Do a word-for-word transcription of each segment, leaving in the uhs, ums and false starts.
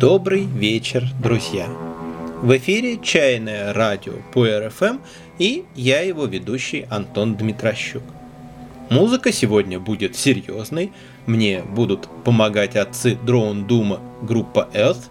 Добрый вечер, друзья! В эфире чайное радио Пуэр эф эм и я его ведущий Антон Дмитрощук. Музыка сегодня будет серьезной, мне будут помогать отцы Drone Doom группа Earth.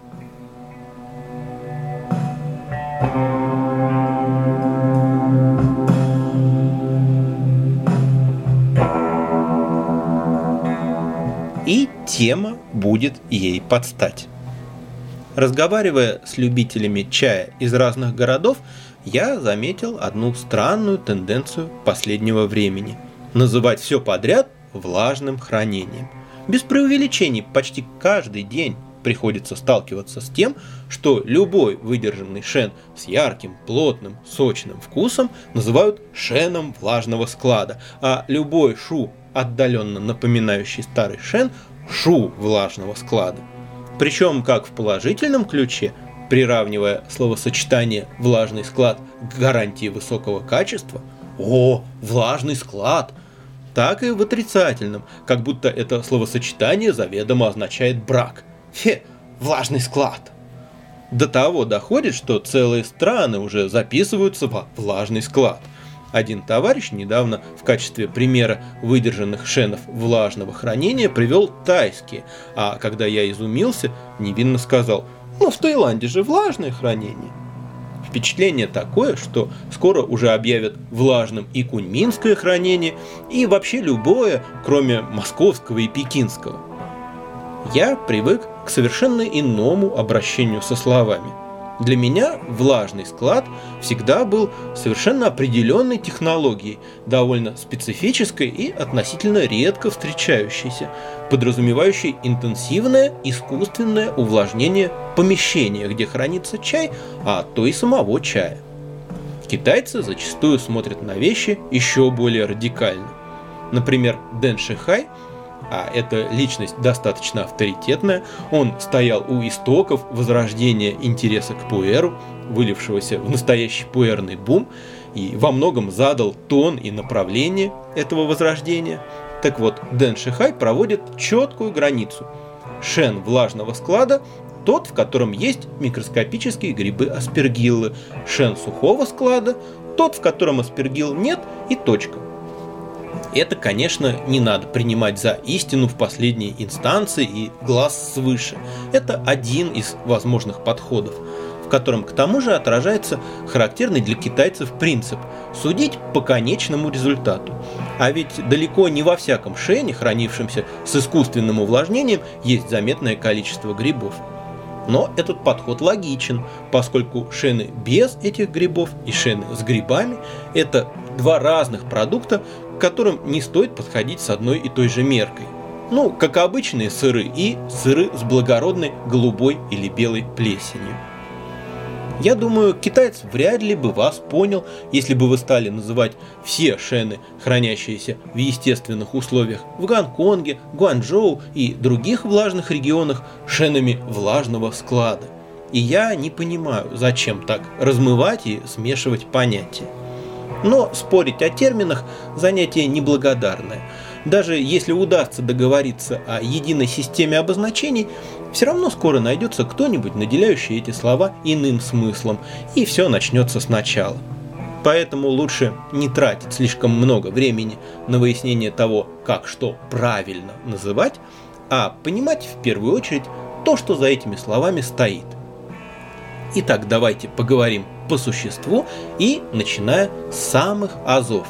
И тема будет ей подстать. Разговаривая с любителями чая из разных городов, я заметил одну странную тенденцию последнего времени – называть все подряд влажным хранением. Без преувеличений почти каждый день приходится сталкиваться с тем, что любой выдержанный шен с ярким, плотным, сочным вкусом называют шеном влажного склада, а любой шу, отдаленно напоминающий старый шен, шу влажного склада. Причем как в положительном ключе, приравнивая словосочетание «влажный склад» к гарантии высокого качества, «О, влажный склад!», так и в отрицательном, как будто это словосочетание заведомо означает брак. Фе, влажный склад! До того доходит, что целые страны уже записываются во влажный склад. Один товарищ недавно в качестве примера выдержанных шенов влажного хранения привел тайские, а когда я изумился, невинно сказал: «Ну, в Таиланде же влажное хранение». Впечатление такое, что скоро уже объявят влажным и куньминское хранение, и вообще любое, кроме московского и пекинского. Я привык к совершенно иному обращению со словами. Для меня влажный склад всегда был совершенно определенной технологией, довольно специфической и относительно редко встречающейся, подразумевающей интенсивное искусственное увлажнение помещения, где хранится чай, а то и самого чая. Китайцы зачастую смотрят на вещи еще более радикально. Например, Дэн Шихай, а эта личность достаточно авторитетная, он стоял у истоков возрождения интереса к пуэру, вылившегося в настоящий пуэрный бум, и во многом задал тон и направление этого возрождения. Так вот, Дэн Шихай проводит четкую границу. Шен влажного склада – тот, в котором есть микроскопические грибы-аспергиллы. Шен сухого склада – тот, в котором аспергилл нет, и точка. Это, конечно, не надо принимать за истину в последней инстанции и глаз свыше. Это один из возможных подходов, в котором к тому же отражается характерный для китайцев принцип – судить по конечному результату. А ведь далеко не во всяком шене, хранившемся с искусственным увлажнением, есть заметное количество грибов. Но этот подход логичен, поскольку шены без этих грибов и шены с грибами – это два разных продукта, к которым не стоит подходить с одной и той же меркой. Ну, как обычные сыры и сыры с благородной голубой или белой плесенью. Я думаю, китаец вряд ли бы вас понял, если бы вы стали называть все шены, хранящиеся в естественных условиях в Гонконге, Гуанчжоу и других влажных регионах, шенами влажного склада. И я не понимаю, зачем так размывать и смешивать понятия. Но спорить о терминах – занятие неблагодарное. Даже если удастся договориться о единой системе обозначений, все равно скоро найдется кто-нибудь, наделяющий эти слова иным смыслом, и все начнется сначала. Поэтому лучше не тратить слишком много времени на выяснение того, как что правильно называть, а понимать в первую очередь то, что за этими словами стоит. Итак, давайте поговорим по существу и начиная с самых азов.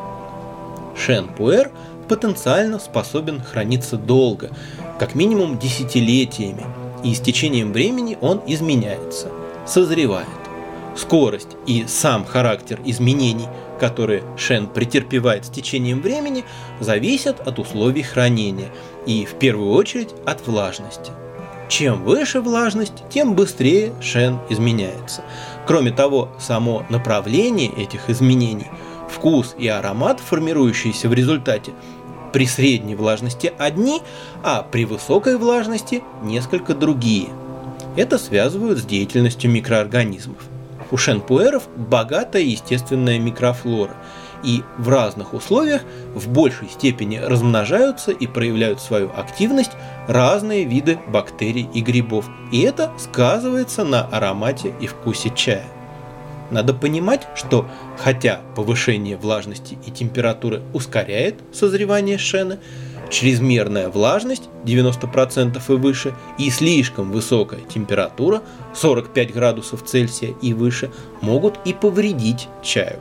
Шен-пуэр потенциально способен храниться долго, как минимум десятилетиями, и с течением времени он изменяется, созревает. Скорость и сам характер изменений, которые шен претерпевает с течением времени, зависят от условий хранения и в первую очередь от влажности. Чем выше влажность, тем быстрее шен изменяется. Кроме того, само направление этих изменений, вкус и аромат, формирующиеся в результате, при средней влажности одни, а при высокой влажности несколько другие. Это связывают с деятельностью микроорганизмов. У шен-пуэров богатая естественная микрофлора, и в разных условиях в большей степени размножаются и проявляют свою активность разные виды бактерий и грибов, и это сказывается на аромате и вкусе чая. Надо понимать, что хотя повышение влажности и температуры ускоряет созревание шена, чрезмерная влажность девяносто процентов и выше и слишком высокая температура сорок пять градусов Цельсия и выше могут и повредить чаю.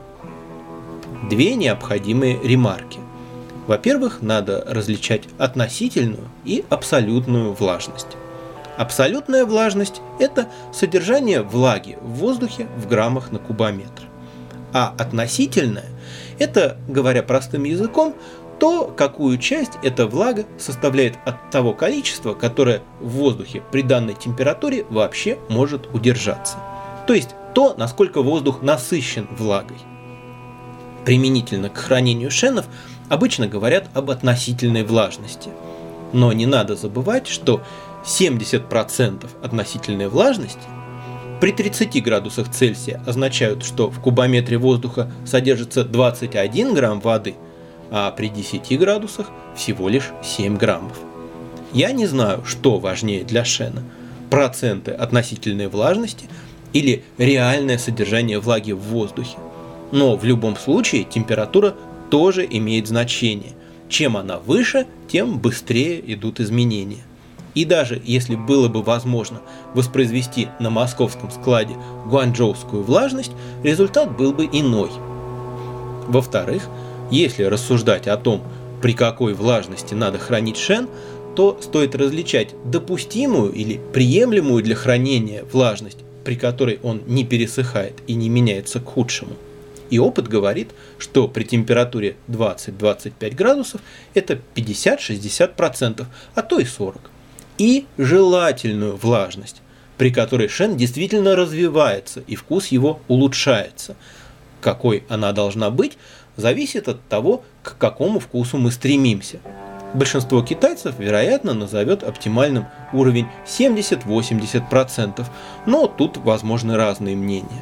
Две необходимые ремарки. Во-первых, надо различать относительную и абсолютную влажность. Абсолютная влажность – это содержание влаги в воздухе в граммах на кубометр. А относительная – это, говоря простым языком, то, какую часть эта влага составляет от того количества, которое в воздухе при данной температуре вообще может удержаться. То есть то, насколько воздух насыщен влагой. Применительно к хранению шенов обычно говорят об относительной влажности. Но не надо забывать, что семьдесят процентов относительной влажности при тридцати градусах Цельсия означают, что в кубометре воздуха содержится двадцать один грамм воды, а при десяти градусах всего лишь семь граммов. Я не знаю, что важнее для шена – проценты относительной влажности или реальное содержание влаги в воздухе. Но в любом случае температура тоже имеет значение. Чем она выше, тем быстрее идут изменения. И даже если было бы возможно воспроизвести на московском складе гуанчжоускую влажность, результат был бы иной. Во-вторых, если рассуждать о том, при какой влажности надо хранить шен, то стоит различать допустимую или приемлемую для хранения влажность, при которой он не пересыхает и не меняется к худшему. И опыт говорит, что при температуре двадцать-двадцать пять градусов это пятьдесят-шестьдесят процентов, а то и сорок процентов. И желательную влажность, при которой шен действительно развивается и вкус его улучшается. Какой она должна быть, зависит от того, к какому вкусу мы стремимся. Большинство китайцев, вероятно, назовет оптимальным уровень семьдесят-восемьдесят процентов, но тут возможны разные мнения.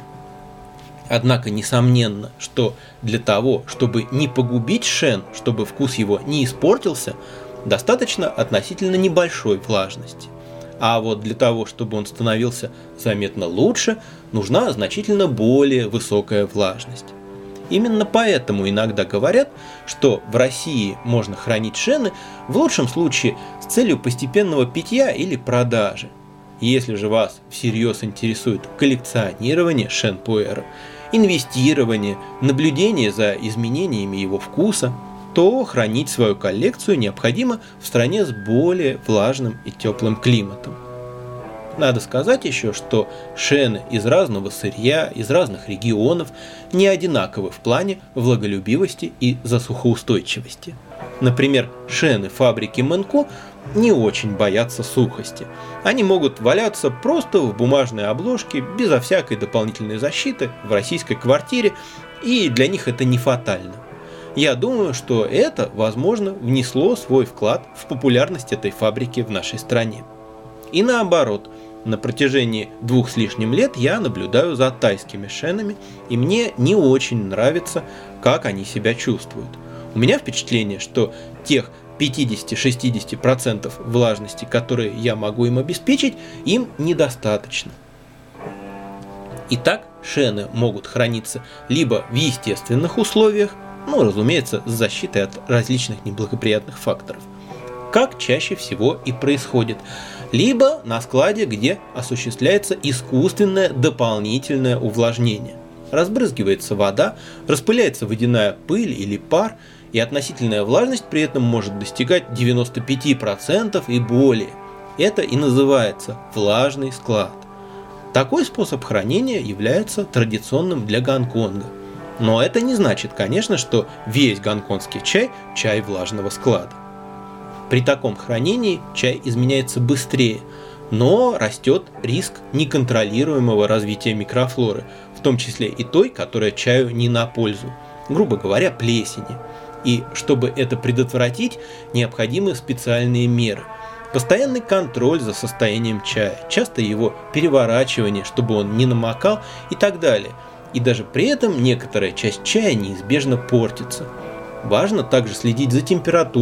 Однако несомненно, что для того, чтобы не погубить шен, чтобы вкус его не испортился, достаточно относительно небольшой влажности. А вот для того, чтобы он становился заметно лучше, нужна значительно более высокая влажность. Именно поэтому иногда говорят, что в России можно хранить шены в лучшем случае с целью постепенного питья или продажи. Если же вас всерьез интересует коллекционирование шен-пуэра, инвестирование, наблюдение за изменениями его вкуса, то хранить свою коллекцию необходимо в стране с более влажным и теплым климатом. Надо сказать еще, что шены из разного сырья, из разных регионов не одинаковы в плане влаголюбивости и засухоустойчивости. Например, шены фабрики Мэнко не очень боятся сухости. Они могут валяться просто в бумажной обложке, безо всякой дополнительной защиты, в российской квартире, и для них это не фатально. Я думаю, что это, возможно, внесло свой вклад в популярность этой фабрики в нашей стране. И наоборот, на протяжении двух с лишним лет я наблюдаю за тайскими шенами, и мне не очень нравится, как они себя чувствуют. У меня впечатление, что тех пятьдесят-шестьдесят процентов влажности, которые я могу им обеспечить, им недостаточно. Итак, шены могут храниться либо в естественных условиях, ну, разумеется, с защитой от различных неблагоприятных факторов, как чаще всего и происходит, либо на складе, где осуществляется искусственное дополнительное увлажнение. Разбрызгивается вода, распыляется водяная пыль или пар, и относительная влажность при этом может достигать девяноста пяти процентов и более. Это и называется влажный склад. Такой способ хранения является традиционным для Гонконга. Но это не значит, конечно, что весь гонконгский чай – чай влажного склада. При таком хранении чай изменяется быстрее, но растет риск неконтролируемого развития микрофлоры, в том числе и той, которая чаю не на пользу, грубо говоря, плесени. И чтобы это предотвратить, необходимы специальные меры. Постоянный контроль за состоянием чая, часто его переворачивание, чтобы он не намокал и так далее. И даже при этом некоторая часть чая неизбежно портится. Важно также следить за температурой,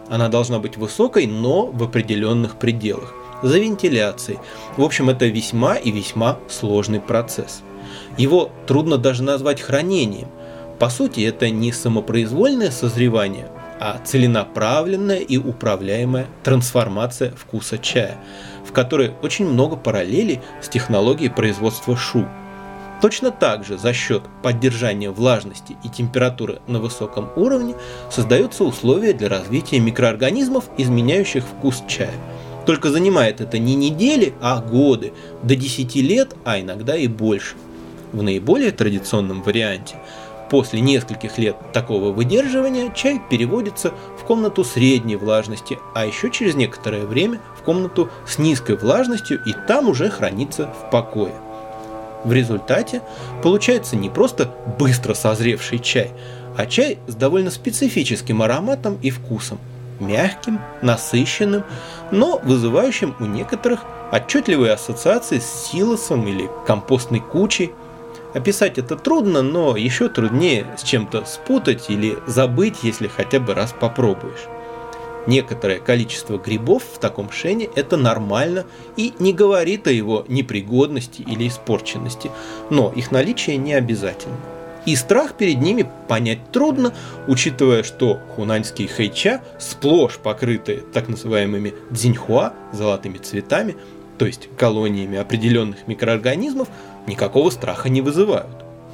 Она должна быть высокой, но в определенных пределах, за вентиляцией. В общем, это весьма и весьма сложный процесс. Его трудно даже назвать хранением. По сути, это не самопроизвольное созревание, а целенаправленная и управляемая трансформация вкуса чая, в которой очень много параллелей с технологией производства шу. Точно так же за счет поддержания влажности и температуры на высоком уровне создаются условия для развития микроорганизмов, изменяющих вкус чая. Только занимает это не недели, а годы, до десяти лет, а иногда и больше. В наиболее традиционном варианте после нескольких лет такого выдерживания чай переводится в комнату средней влажности, а еще через некоторое время в комнату с низкой влажностью и там уже хранится в покое. В результате получается не просто быстро созревший чай, а чай с довольно специфическим ароматом и вкусом, мягким, насыщенным, но вызывающим у некоторых отчетливые ассоциации с силосом или компостной кучей. Описать это трудно, но еще труднее с чем-то спутать или забыть, если хотя бы раз попробуешь. Некоторое количество грибов в таком шене – это нормально и не говорит о его непригодности или испорченности, но их наличие не обязательно. И страх перед ними понять трудно, учитывая, что хунаньские хэйча сплошь покрыты так называемыми цзиньхуа, золотыми цветами, то есть колониями определенных микроорганизмов, никакого страха не вызывают.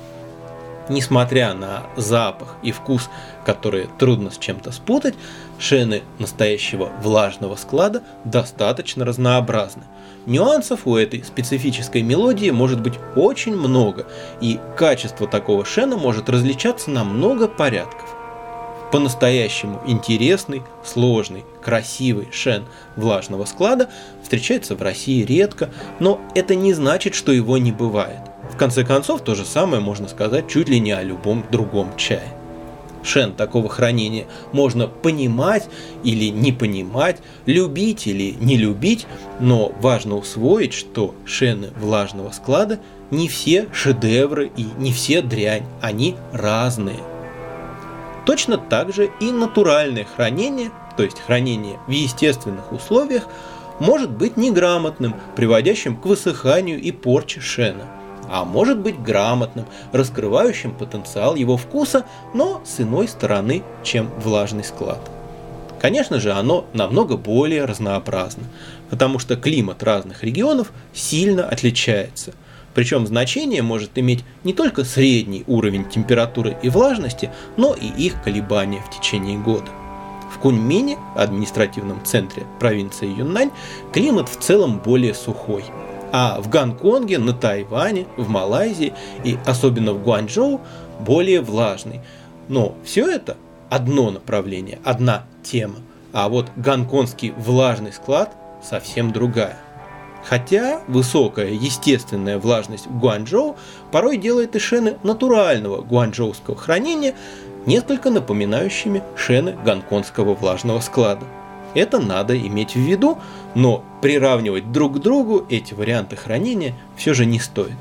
Несмотря на запах и вкус, которые трудно с чем-то спутать, шены настоящего влажного склада достаточно разнообразны. Нюансов у этой специфической мелодии может быть очень много, и качество такого шена может различаться на много порядков. По-настоящему интересный, сложный, красивый шен влажного склада встречается в России редко, но это не значит, что его не бывает. В конце концов, то же самое можно сказать чуть ли не о любом другом чае. Шен такого хранения можно понимать или не понимать, любить или не любить, но важно усвоить, что шены влажного склада не все шедевры и не все дрянь, они разные. Точно так же и натуральное хранение, то есть хранение в естественных условиях, может быть неграмотным, приводящим к высыханию и порче шена, а может быть грамотным, раскрывающим потенциал его вкуса, но с иной стороны, чем влажный склад. Конечно же, оно намного более разнообразно, потому что климат разных регионов сильно отличается. Причем значение может иметь не только средний уровень температуры и влажности, но и их колебания в течение года. В Куньмине, административном центре провинции Юннань, климат в целом более сухой. А в Гонконге, на Тайване, в Малайзии и особенно в Гуанчжоу более влажный. Но все это одно направление, одна тема. А вот гонконгский влажный склад совсем другая. Хотя высокая естественная влажность в Гуанчжоу порой делает и шены натурального гуанчжоуского хранения несколько напоминающими шены гонконгского влажного склада. Это надо иметь в виду, но приравнивать друг к другу эти варианты хранения все же не стоит.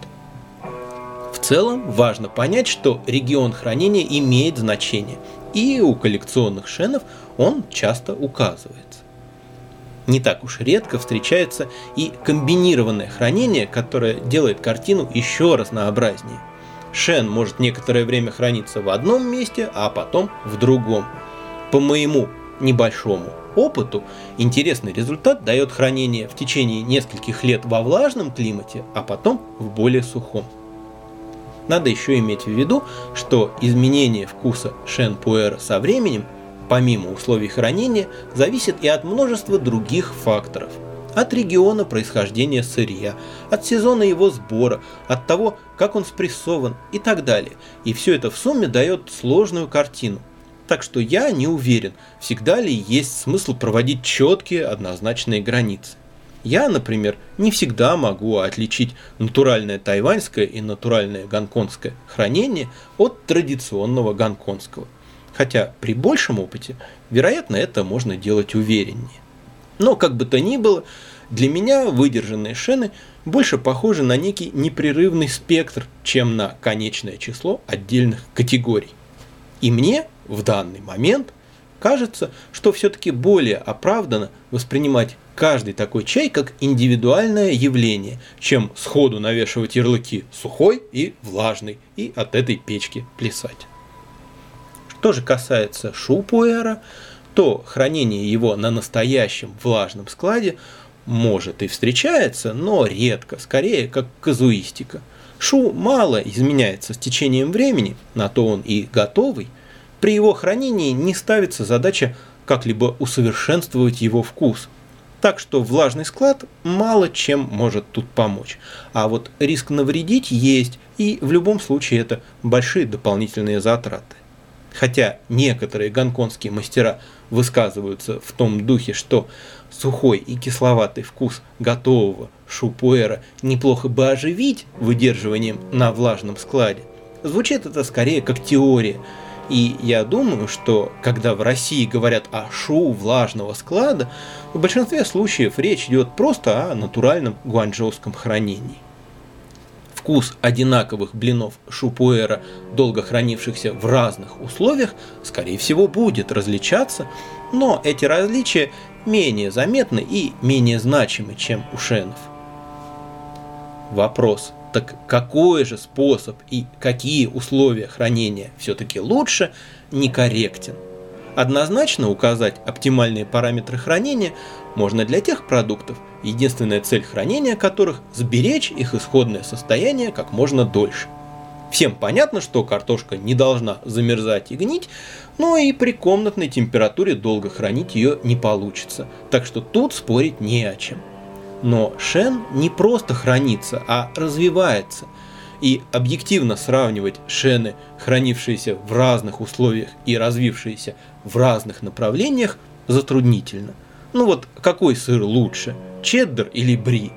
В целом важно понять, что регион хранения имеет значение, и у коллекционных шенов он часто указывается. Не так уж редко встречается и комбинированное хранение, которое делает картину еще разнообразнее. Шен может некоторое время храниться в одном месте, а потом в другом. По моему небольшому опыту, интересный результат дает хранение в течение нескольких лет во влажном климате, а потом в более сухом. Надо еще иметь в виду, что изменение вкуса шен-пуэра со временем, помимо условий хранения, зависит и от множества других факторов. От региона происхождения сырья, от сезона его сбора, от того, как он спрессован и так далее. И все это в сумме дает сложную картину. Так что я не уверен, всегда ли есть смысл проводить четкие однозначные границы. Я, например, не всегда могу отличить натуральное тайваньское и натуральное гонконгское хранение от традиционного гонконгского. Хотя при большем опыте, вероятно, это можно делать увереннее. Но как бы то ни было, для меня выдержанные шены больше похожи на некий непрерывный спектр, чем на конечное число отдельных категорий. И мне в данный момент кажется, что все-таки более оправданно воспринимать каждый такой чай как индивидуальное явление, чем сходу навешивать ярлыки «сухой» и «влажный» и от этой печки плясать. Что же касается шу-пуэра, то хранение его на настоящем влажном складе может и встречается, но редко, скорее как казуистика. Шу мало изменяется с течением времени, на то он и готовый. При его хранении не ставится задача как-либо усовершенствовать его вкус. Так что влажный склад мало чем может тут помочь. А вот риск навредить есть, и в любом случае это большие дополнительные затраты. Хотя некоторые гонконгские мастера высказываются в том духе, что сухой и кисловатый вкус готового шу-пуэра неплохо бы оживить выдерживанием на влажном складе, звучит это скорее как теория. И я думаю, что когда в России говорят о шу влажного склада, в большинстве случаев речь идет просто о натуральном гуанчжоуском хранении. Вкус одинаковых блинов шу-пуэра, долго хранившихся в разных условиях, скорее всего будет различаться, но эти различия менее заметны и менее значимы, чем у шенов. Вопрос: так какой же способ и какие условия хранения все-таки лучше, некорректен. Однозначно указать оптимальные параметры хранения можно для тех продуктов, единственная цель хранения которых – сберечь их исходное состояние как можно дольше. Всем понятно, что картошка не должна замерзать и гнить, но и при комнатной температуре долго хранить ее не получится, так что тут спорить не о чем. Но шен не просто хранится, а развивается. И объективно сравнивать шены, хранившиеся в разных условиях и развившиеся в разных направлениях, затруднительно. Ну вот какой сыр лучше, чеддер или бри?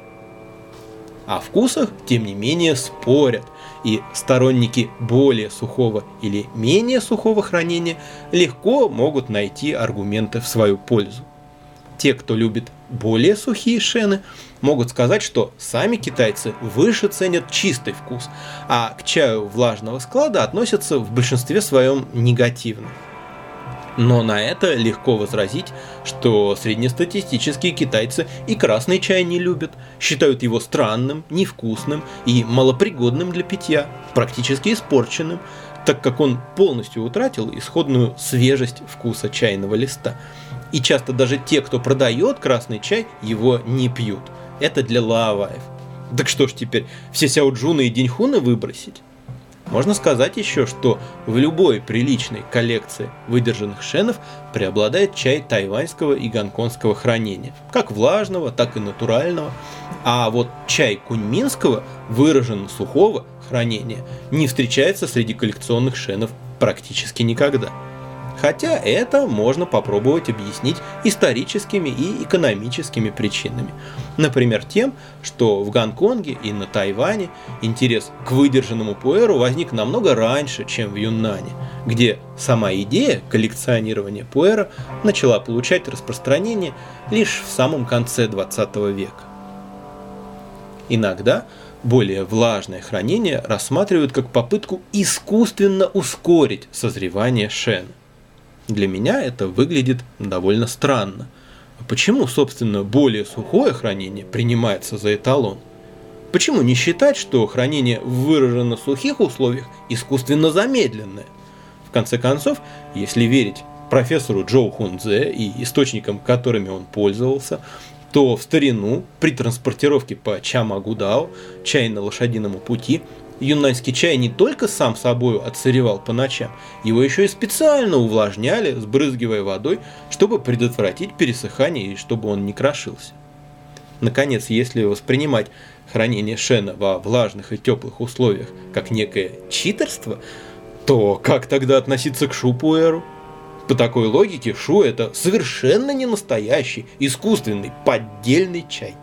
О вкусах, тем не менее, спорят, и сторонники более сухого или менее сухого хранения легко могут найти аргументы в свою пользу. Те, кто любит более сухие шены, могут сказать, что сами китайцы выше ценят чистый вкус, а к чаю влажного склада относятся в большинстве своем негативно. Но на это легко возразить, что среднестатистические китайцы и красный чай не любят, считают его странным, невкусным и малопригодным для питья, практически испорченным, так как он полностью утратил исходную свежесть вкуса чайного листа. И часто даже те, кто продает красный чай, его не пьют. Это для лаоваев. Так что ж теперь, все сяоджуны и диньхуны выбросить? Можно сказать еще, что в любой приличной коллекции выдержанных шенов преобладает чай тайваньского и гонконгского хранения, как влажного, так и натурального. А вот чай куньминского, выраженно сухого хранения, не встречается среди коллекционных шенов практически никогда. Хотя это можно попробовать объяснить историческими и экономическими причинами. Например, тем, что в Гонконге и на Тайване интерес к выдержанному пуэру возник намного раньше, чем в Юннане, где сама идея коллекционирования пуэра начала получать распространение лишь в самом конце двадцатого века. Иногда более влажное хранение рассматривают как попытку искусственно ускорить созревание шена. Для меня это выглядит довольно странно. Почему, собственно, более сухое хранение принимается за эталон? Почему не считать, что хранение в выраженно сухих условиях искусственно замедленное? В конце концов, если верить профессору Джоу Хунцзе и источникам, которыми он пользовался, то в старину при транспортировке по Чамагудао, чайно-лошадиному пути, юннаньский чай не только сам собою отсыревал по ночам, его еще и специально увлажняли, сбрызгивая водой, чтобы предотвратить пересыхание и чтобы он не крошился. Наконец, если воспринимать хранение шена во влажных и теплых условиях как некое читерство, то как тогда относиться к шу-пуэру? По такой логике шу – это совершенно не настоящий, искусственный, поддельный чай.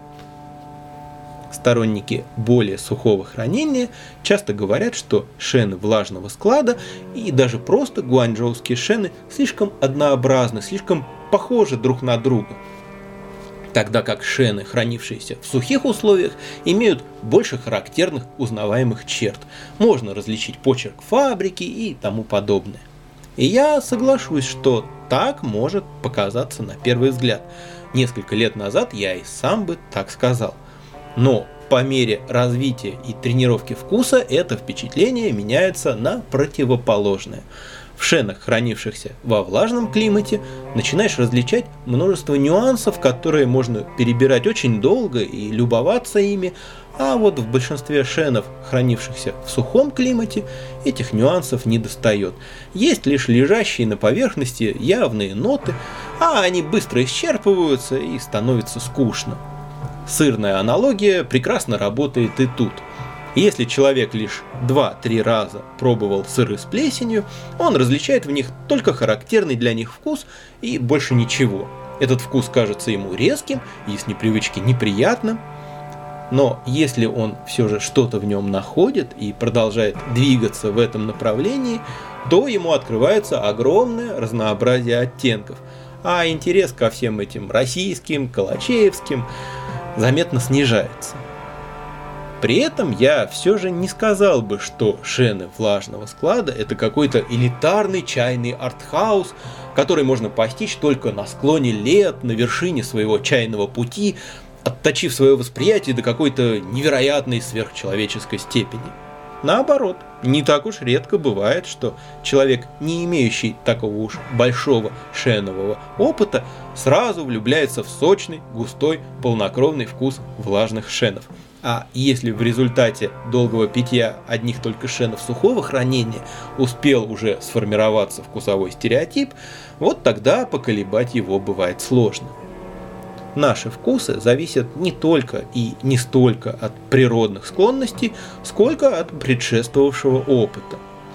Сторонники более сухого хранения часто говорят, что шены влажного склада и даже просто гуанчжоуские шены слишком однообразны, слишком похожи друг на друга. Тогда как шены, хранившиеся в сухих условиях, имеют больше характерных узнаваемых черт. Можно различить почерк фабрики и тому подобное. И я соглашусь, что Так может показаться на первый взгляд. Несколько лет назад я и сам бы так сказал. Но по мере развития и тренировки вкуса это впечатление меняется на противоположное. В шенах, хранившихся во влажном климате, начинаешь различать множество нюансов, которые можно перебирать очень долго и любоваться ими, а вот в большинстве шенов, хранившихся в сухом климате, этих нюансов не достает. Есть лишь лежащие на поверхности явные ноты, а они быстро исчерпываются и становится скучно. Сырная аналогия прекрасно работает и тут. Если человек лишь два-три раза пробовал сыры с плесенью, он различает в них только характерный для них вкус и больше ничего. Этот вкус кажется ему резким и с непривычки неприятным. Но если он все же что-то в нем находит и продолжает двигаться в этом направлении, то ему открывается огромное разнообразие оттенков, а интерес ко всем этим российским, калачеевским заметно снижается. При этом я все же не сказал бы, что шены влажного склада – это какой-то элитарный чайный артхаус, который можно постичь только на склоне лет, на вершине своего чайного пути, отточив свое восприятие до какой-то невероятной сверхчеловеческой степени. Наоборот, не так уж редко бывает, что человек, не имеющий такого уж большого шенового опыта, сразу влюбляется в сочный, густой, полнокровный вкус влажных шенов. А если в результате долгого питья одних только шенов сухого хранения успел уже сформироваться вкусовой стереотип, вот тогда поколебать его бывает сложно. Наши вкусы зависят не только и не столько от природных склонностей, сколько от предшествовавшего опыта.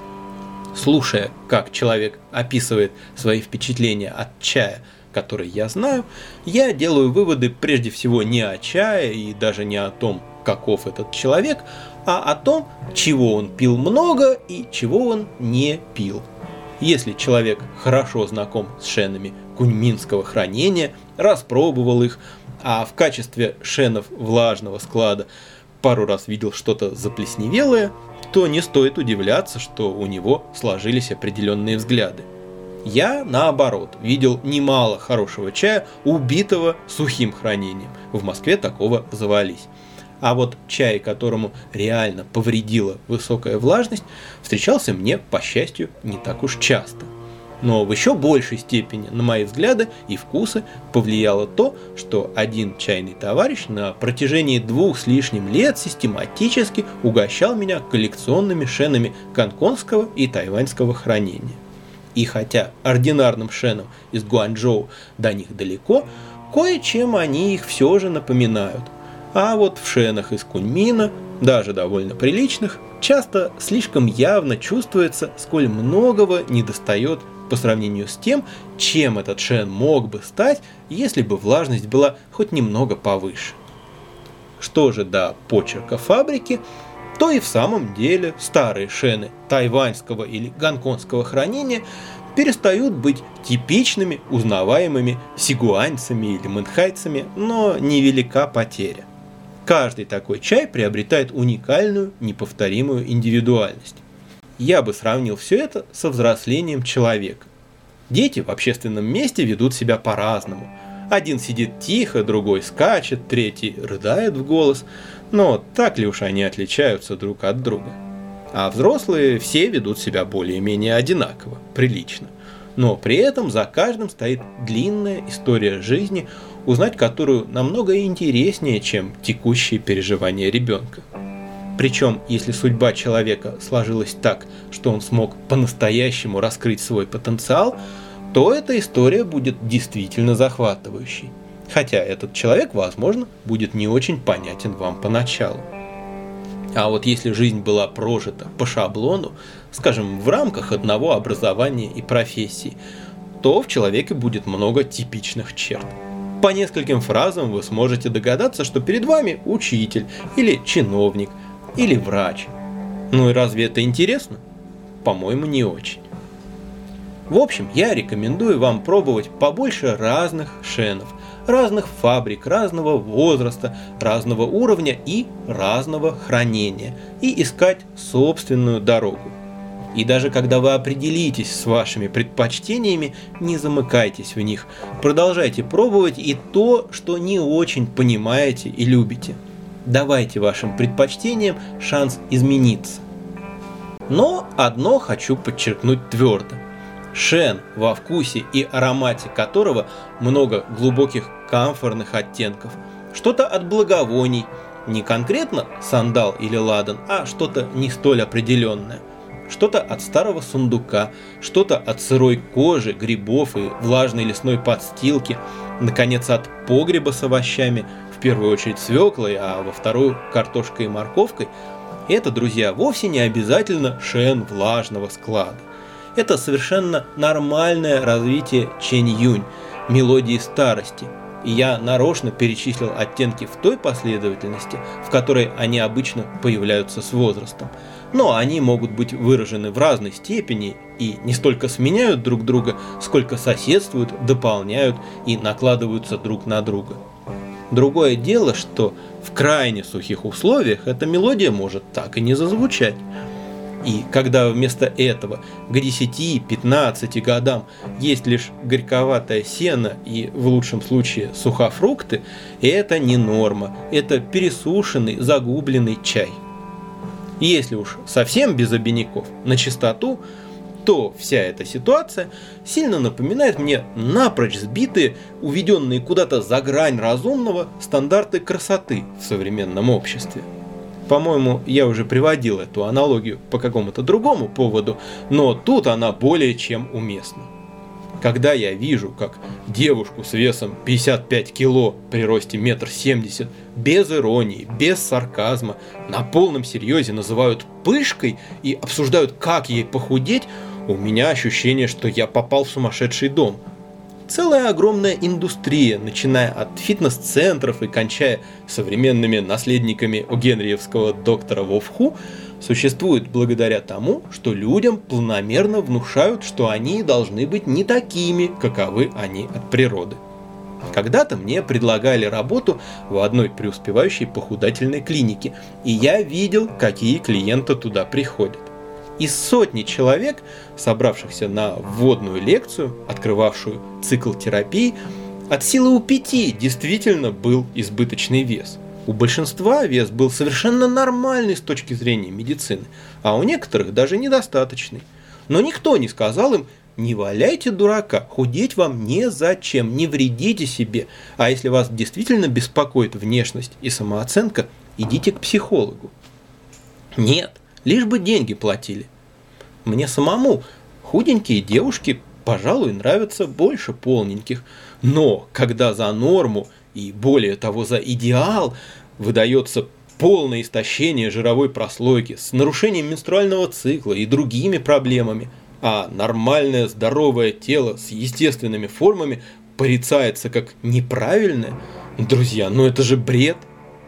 Слушая, как человек описывает свои впечатления от чая, который я знаю, я делаю выводы прежде всего не о чае и даже не о том, каков этот человек, а о том, чего он пил много и чего он не пил. Если человек хорошо знаком с шенами куньминского хранения, распробовал их, а в качестве шенов влажного склада пару раз видел что-то заплесневелое, то не стоит удивляться, что у него сложились определенные взгляды. Я, наоборот, видел немало хорошего чая, убитого сухим хранением. В Москве такого завались. А вот чай, которому реально повредила высокая влажность, встречался мне, по счастью, не так уж часто. Но в еще большей степени на мои взгляды и вкусы повлияло то, что один чайный товарищ на протяжении двух с лишним лет систематически угощал меня коллекционными шенами гонконгского и тайваньского хранения. И хотя ординарным шенам из Гуанчжоу до них далеко, кое-чем они их все же напоминают. А вот в шенах из Куньмина, даже довольно приличных, часто слишком явно чувствуется, сколь многого недостает по сравнению с тем, чем этот шен мог бы стать, если бы влажность была хоть немного повыше. Что же до почерка фабрики, то и в самом деле старые шены тайваньского или гонконгского хранения перестают быть типичными узнаваемыми сигуаньцами или мэнхайцами, но невелика потеря. Каждый такой чай приобретает уникальную, неповторимую индивидуальность. Я бы сравнил все это со взрослением человека. Дети в общественном месте ведут себя по-разному. Один сидит тихо, другой скачет, третий рыдает в голос. Но так ли уж они отличаются друг от друга? А взрослые все ведут себя более-менее одинаково, прилично. Но при этом за каждым стоит длинная история жизни, узнать которую намного интереснее, чем текущие переживания ребенка. Причем, если судьба человека сложилась так, что он смог по-настоящему раскрыть свой потенциал, то эта история будет действительно захватывающей. Хотя этот человек, возможно, будет не очень понятен вам поначалу. А вот если жизнь была прожита по шаблону, скажем, в рамках одного образования и профессии, то в человеке будет много типичных черт. По нескольким фразам вы сможете догадаться, что перед вами учитель, или чиновник, или врач. Ну и разве это интересно? По-моему, не очень. В общем, я рекомендую вам пробовать побольше разных шенов, разных фабрик, разного возраста, разного уровня и разного хранения, и искать собственную дорогу. И даже когда вы определитесь с вашими предпочтениями, не замыкайтесь в них. Продолжайте пробовать и то, что не очень понимаете и любите. Давайте вашим предпочтениям шанс измениться. Но одно хочу подчеркнуть твердо. Шен, во вкусе и аромате которого много глубоких камфорных оттенков, что-то от благовоний, не конкретно сандал или ладан, а что-то не столь определенное, что-то от старого сундука, что-то от сырой кожи, грибов и влажной лесной подстилки, наконец от погреба с овощами, в первую очередь свеклой, а во вторую картошкой и морковкой. Это, друзья, вовсе не обязательно шен влажного склада. Это совершенно нормальное развитие чэнь-юнь, мелодии старости. И я нарочно перечислил оттенки в той последовательности, в которой они обычно появляются с возрастом. Но они могут быть выражены в разной степени и не столько сменяют друг друга, сколько соседствуют, дополняют и накладываются друг на друга. Другое дело, что в крайне сухих условиях эта мелодия может так и не зазвучать. И когда вместо этого к десяти-пятнадцати годам есть лишь горьковатое сено и в лучшем случае сухофрукты, это не норма, это пересушенный, загубленный чай. Если уж совсем без обиняков, на чистоту, то вся эта ситуация сильно напоминает мне напрочь сбитые, уведенные куда-то за грань разумного стандарты красоты в современном обществе. По-моему, я уже приводил эту аналогию по какому-то другому поводу, но тут она более чем уместна. Когда я вижу, как девушку с весом пятьдесят пять кило при росте метр семьдесят без иронии, без сарказма, на полном серьезе называют пышкой и обсуждают, как ей похудеть, у меня ощущение, что я попал в сумасшедший дом. Целая огромная индустрия, начиная от фитнес-центров и кончая современными наследниками огенриевского доктора Вовху, существует благодаря тому, что людям планомерно внушают, что они должны быть не такими, каковы они от природы. Когда-то мне предлагали работу в одной преуспевающей похудательной клинике, и я видел, какие клиенты туда приходят. Из сотни человек, собравшихся на вводную лекцию, открывавшую цикл терапии, от силы у пяти действительно был избыточный вес. У большинства вес был совершенно нормальный с точки зрения медицины, а у некоторых даже недостаточный. Но никто не сказал им: не валяйте дурака, худеть вам незачем, не вредите себе, а если вас действительно беспокоит внешность и самооценка, идите к психологу. Нет. Лишь бы деньги платили. Мне самому худенькие девушки, пожалуй, нравятся больше полненьких. Но когда за норму и более того за идеал выдается полное истощение жировой прослойки с нарушением менструального цикла и другими проблемами, а нормальное здоровое тело с естественными формами порицается как неправильное, друзья, ну это же бред.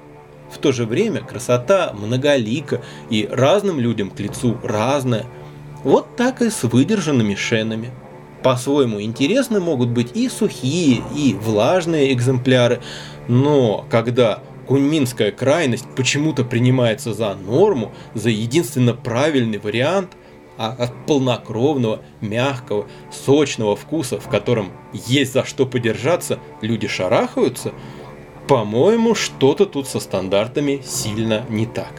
В то же время красота многолика и разным людям к лицу разная. Вот так и с выдержанными шенами. По-своему интересны могут быть и сухие, и влажные экземпляры, но когда куньминская крайность почему-то принимается за норму, за единственно правильный вариант, а от полнокровного, мягкого, сочного вкуса, в котором есть за что подержаться, люди шарахаются, по-моему, что-то тут со стандартами сильно не так.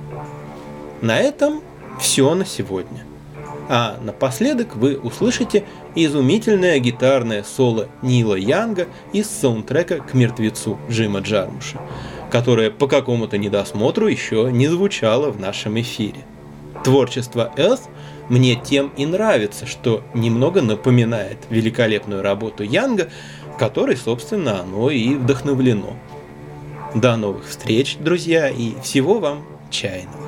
На этом все на сегодня. А напоследок вы услышите изумительное гитарное соло Нила Янга из саундтрека к «Мертвецу» Джима Джармуша, которое по какому-то недосмотру еще не звучало в нашем эфире. Творчество Earth мне тем и нравится, что немного напоминает великолепную работу Янга, которой, собственно, оно и вдохновлено. До новых встреч, друзья, и всего вам чайного.